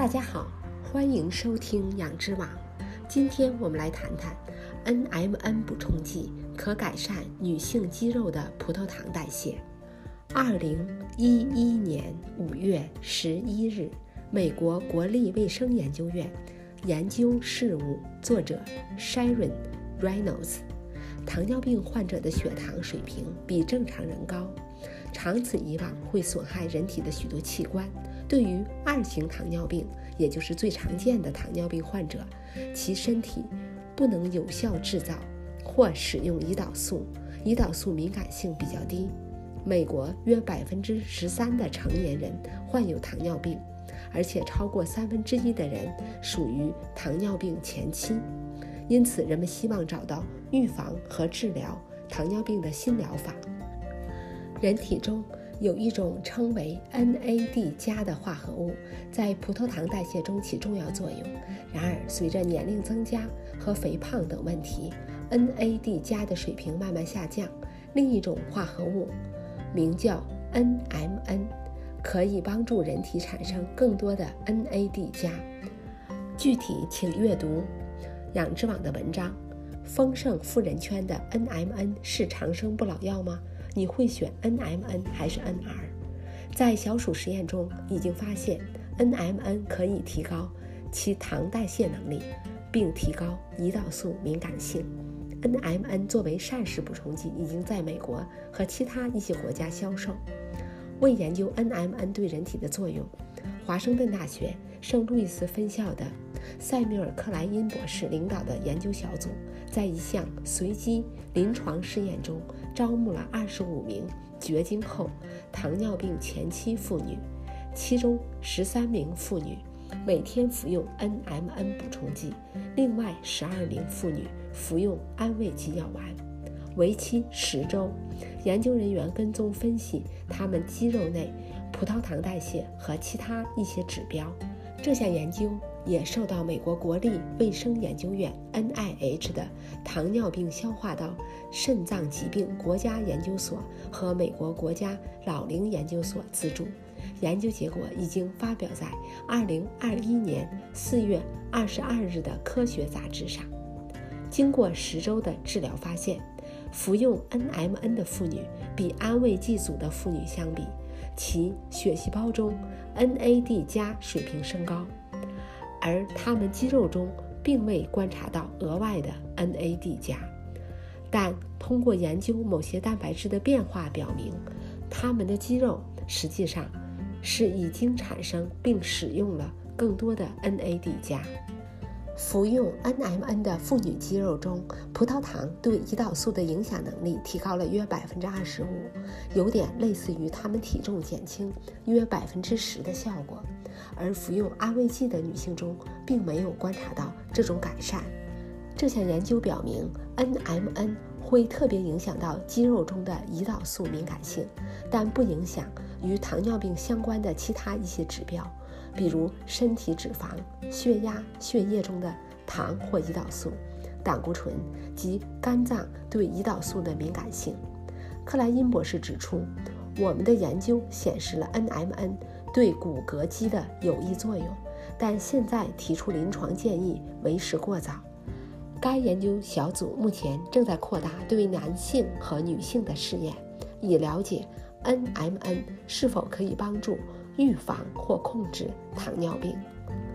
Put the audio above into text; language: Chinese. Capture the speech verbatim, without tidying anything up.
大家好，欢迎收听养之网。今天我们来谈谈 N M N 补充剂可改善女性肌肉的葡萄糖代谢。二零一一年五月十一日，美国国立卫生研究院研究事务作者 Sharon Reynolds， 糖尿病患者的血糖水平比正常人高，长此以往会损害人体的许多器官。对于二型糖尿病，也就是最常见的糖尿病患者，其身体不能有效制造或使用胰岛素，胰岛素敏感性比较低。美国约百分之十三的成年人患有糖尿病，而且超过三分之一的人属于糖尿病前期。因此，人们希望找到预防和治疗糖尿病的新疗法。人体中有一种称为 N A D 加的化合物，在葡萄糖代谢中起重要作用。然而，随着年龄增加和肥胖等问题， N A D 加的水平慢慢下降。另一种化合物名叫 N M N， 可以帮助人体产生更多的 N A D 加。具体请阅读养之网的文章。丰盛富人圈的 N M N 是长生不老药吗？你会选 N M N 还是 N R？ 在小鼠实验中已经发现 N M N 可以提高其糖代谢能力，并提高胰岛素敏感性。 N M N 作为膳食补充剂已经在美国和其他一些国家销售。为研究 N M N 对人体的作用，华盛顿大学圣路易斯分校的塞缪尔·克莱因博士领导的研究小组在一项随机临床试验中招募了二十五名绝经后糖尿病前期妇女，其中十三名妇女每天服用 N M N 补充剂，另外十二名妇女服用安慰剂药丸，为期十周。研究人员跟踪分析她们肌肉内葡萄糖代谢和其他一些指标。这项研究也受到美国国立卫生研究院 N I H 的糖尿病消化道肾脏疾病国家研究所和美国国家老龄研究所资助。研究结果已经发表在二零二一年四月二十二日的科学杂志上。经过十周的治疗发现，服用 N M N 的妇女比安慰剂组的妇女相比，其血细胞中 N A D 加水平升高，而她们肌肉中并未观察到额外的 N A D 加。但通过研究某些蛋白质的变化表明，她们的肌肉实际上是已经产生并使用了更多的 N A D 加。服用 N M N 的妇女肌肉中，葡萄糖对胰岛素的影响能力提高了约 百分之二十五， 有点类似于她们体重减轻约 百分之十 的效果。而服用安慰剂的女性中并没有观察到这种改善。这项研究表明 N M N 会特别影响到肌肉中的胰岛素敏感性，但不影响与糖尿病相关的其他一些指标，比如身体脂肪、血压、血液中的糖或胰岛素、胆固醇及肝脏对胰岛素的敏感性。克莱因博士指出，我们的研究显示了 N M N 对骨骼肌的有益作用，但现在提出临床建议为时过早。该研究小组目前正在扩大对男性和女性的试验，以了解 N M N 是否可以帮助预防或控制糖尿病。